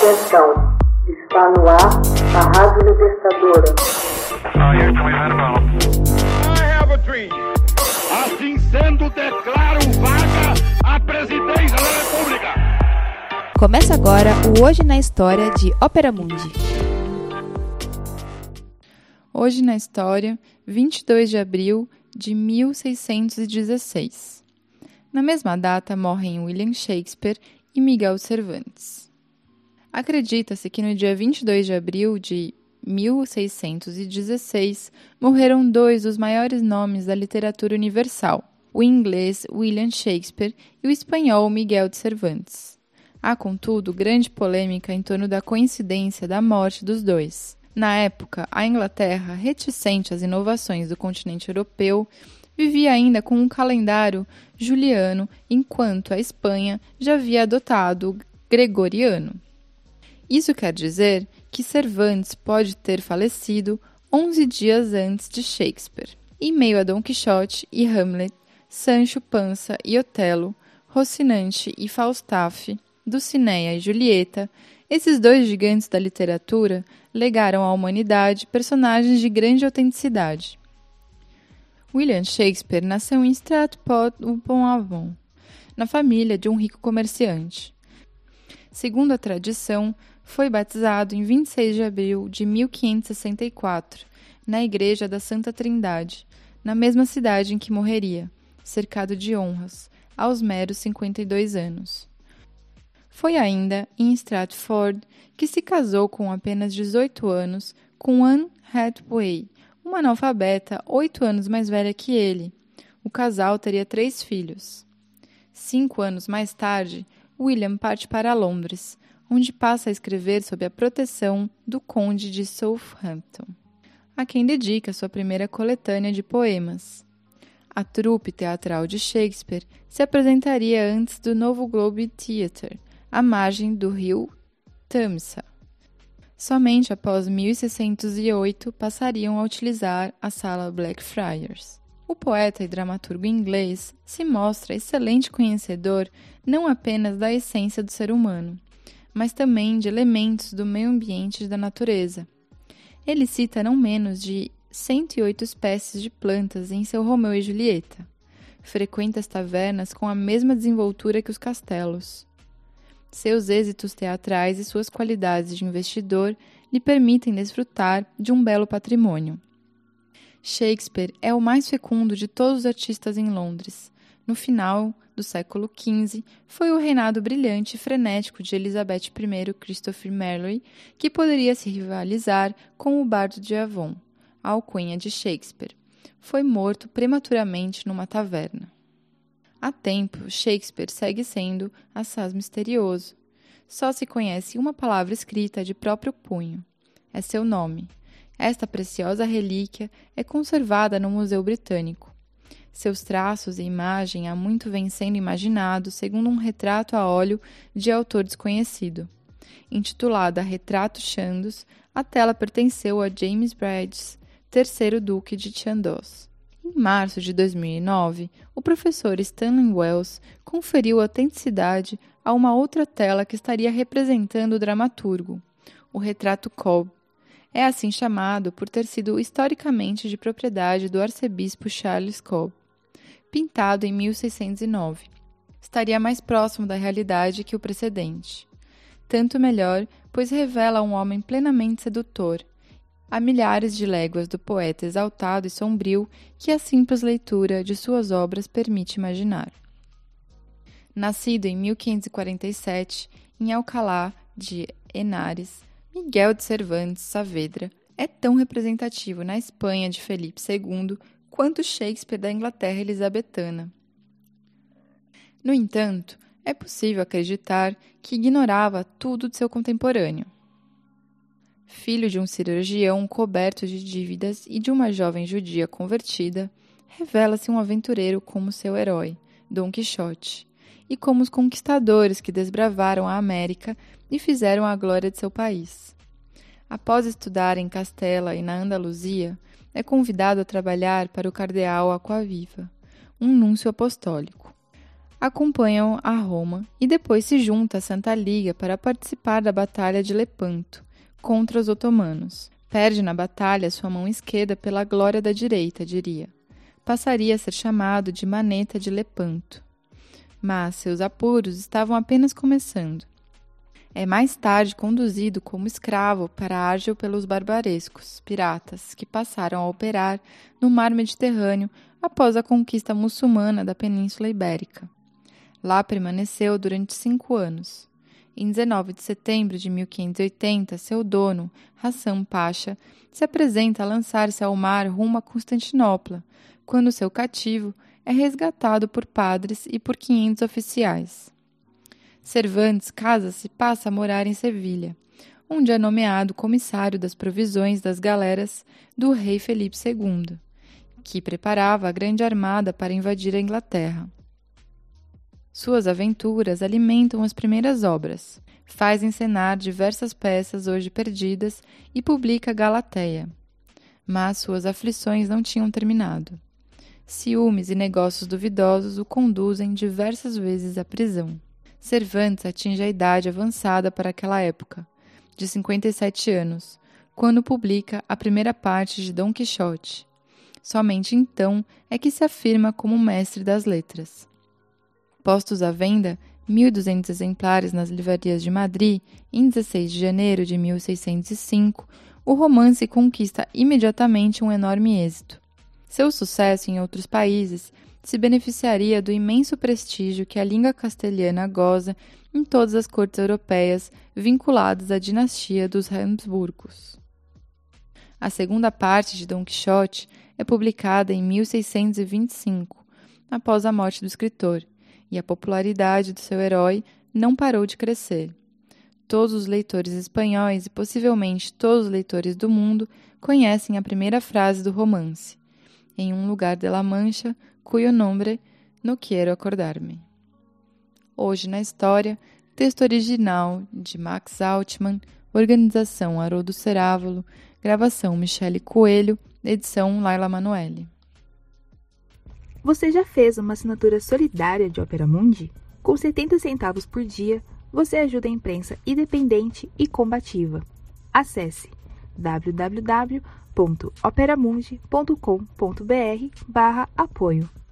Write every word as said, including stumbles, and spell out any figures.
Atenção, está no ar a Rádio Libertadora. Assim sendo, declaro vaga a presidência da República. Começa agora o Hoje na História de Ópera Mundi. Hoje na História, vinte e dois de abril de mil seiscentos e dezesseis. Na mesma data morrem William Shakespeare e Miguel Cervantes. Acredita-se que no dia vinte e dois de abril de mil seiscentos e dezesseis morreram dois dos maiores nomes da literatura universal, o inglês William Shakespeare e o espanhol Miguel de Cervantes. Há, contudo, grande polêmica em torno da coincidência da morte dos dois. Na época, a Inglaterra, reticente às inovações do continente europeu, vivia ainda com um calendário juliano, enquanto a Espanha já havia adotado o gregoriano. Isso quer dizer que Cervantes pode ter falecido onze dias antes de Shakespeare. Em meio a Dom Quixote e Hamlet, Sancho Panza e Otelo, Rocinante e Falstaff, Dulcinea e Julieta, esses dois gigantes da literatura legaram à humanidade personagens de grande autenticidade. William Shakespeare nasceu em Stratford-upon-Avon, na família de um rico comerciante. Segundo a tradição, foi batizado em vinte e seis de abril de mil quinhentos e sessenta e quatro, na Igreja da Santa Trindade, na mesma cidade em que morreria, cercado de honras, aos meros cinquenta e dois anos. Foi ainda em Stratford que se casou com apenas dezoito anos com Anne Hathaway, uma analfabeta oito anos mais velha que ele. O casal teria três filhos. Cinco anos mais tarde, William parte para Londres, onde passa a escrever sob a proteção do conde de Southampton, a quem dedica sua primeira coletânea de poemas. A trupe teatral de Shakespeare se apresentaria antes do Novo Globe Theatre, à margem do rio Tamisa. Somente após mil seiscentos e oito passariam a utilizar a sala Blackfriars. O poeta e dramaturgo inglês se mostra excelente conhecedor não apenas da essência do ser humano, mas também de elementos do meio ambiente e da natureza. Ele cita não menos de cento e oito espécies de plantas em seu Romeu e Julieta. Frequenta as tavernas com a mesma desenvoltura que os castelos. Seus êxitos teatrais e suas qualidades de investidor lhe permitem desfrutar de um belo patrimônio. Shakespeare é o mais fecundo de todos os artistas em Londres. No final do século quinze, foi o reinado brilhante e frenético de Elizabeth I Christopher Marlowe que poderia se rivalizar com o bardo de Avon, a alcunha de Shakespeare. Foi morto prematuramente numa taverna. Há tempo, Shakespeare segue sendo assaz misterioso. Só se conhece uma palavra escrita de próprio punho. É seu nome. Esta preciosa relíquia é conservada no Museu Britânico. Seus traços e imagem há muito vêm sendo imaginados segundo um retrato a óleo de autor desconhecido. Intitulada Retrato Chandos, a tela pertenceu a James Bridges, terceiro duque de Chandos. Em março de dois mil e nove, o professor Stanley Wells conferiu autenticidade a uma outra tela que estaria representando o dramaturgo, o retrato Cobb. É assim chamado por ter sido historicamente de propriedade do arcebispo Charles Cobb, pintado em mil seiscentos e nove. Estaria mais próximo da realidade que o precedente. Tanto melhor, pois revela um homem plenamente sedutor, a milhares de léguas do poeta exaltado e sombrio que a simples leitura de suas obras permite imaginar. Nascido em mil quinhentos e quarenta e sete, em Alcalá de Henares, Miguel de Cervantes Saavedra é tão representativo na Espanha de Felipe segundo quanto Shakespeare da Inglaterra elizabetana. No entanto, é possível acreditar que ignorava tudo de seu contemporâneo. Filho de um cirurgião coberto de dívidas e de uma jovem judia convertida, revela-se um aventureiro como seu herói, Dom Quixote, e como os conquistadores que desbravaram a América e fizeram a glória de seu país. Após estudar em Castela e na Andaluzia, é convidado a trabalhar para o cardeal Acquaviva, um núncio apostólico. acompanham a Roma e depois se junta à Santa Liga para participar da Batalha de Lepanto, contra os otomanos. Perde na batalha sua mão esquerda pela glória da direita, diria. Passaria a ser chamado de Maneta de Lepanto. Mas seus apuros estavam apenas começando. É mais tarde conduzido como escravo para Argel pelos barbarescos, piratas, que passaram a operar no mar Mediterrâneo após a conquista muçulmana da Península Ibérica. Lá permaneceu durante cinco anos. Em dezenove de setembro de mil quinhentos e oitenta, seu dono, Hassam Pasha, se apresenta a lançar-se ao mar rumo a Constantinopla, quando seu cativo é resgatado por padres e por quinhentos oficiais. Cervantes casa-se e passa a morar em Sevilha, onde é nomeado comissário das provisões das galeras do rei Felipe segundo, que preparava a grande armada para invadir a Inglaterra. Suas aventuras alimentam as primeiras obras, faz encenar diversas peças hoje perdidas e publica Galateia. Mas suas aflições não tinham terminado. Ciúmes e negócios duvidosos o conduzem diversas vezes à prisão. Cervantes atinge a idade avançada para aquela época, de cinquenta e sete anos, quando publica a primeira parte de Dom Quixote. Somente então é que se afirma como mestre das letras. Postos à venda, mil e duzentos exemplares nas livrarias de Madrid, em dezesseis de janeiro de mil seiscentos e cinco, o romance conquista imediatamente um enorme êxito. Seu sucesso em outros países se beneficiaria do imenso prestígio que a língua castelhana goza em todas as cortes europeias vinculadas à dinastia dos Habsburgos. A segunda parte de Dom Quixote é publicada em mil seiscentos e vinte e cinco, após a morte do escritor, e a popularidade do seu herói não parou de crescer. Todos os leitores espanhóis e possivelmente todos os leitores do mundo conhecem a primeira frase do romance, em um lugar de La Mancha, cuyo nombre no quiero acordar-me. Hoje na História, texto original de Max Altman, organização Haroldo Cerávolo, gravação Michele Coelho, edição Laila Manoeli. Você já fez uma assinatura solidária de Opera Mundi? Com setenta centavos por dia, você ajuda a imprensa independente e combativa. Acesse w w w ponto operamundi ponto com ponto b r barra apoio.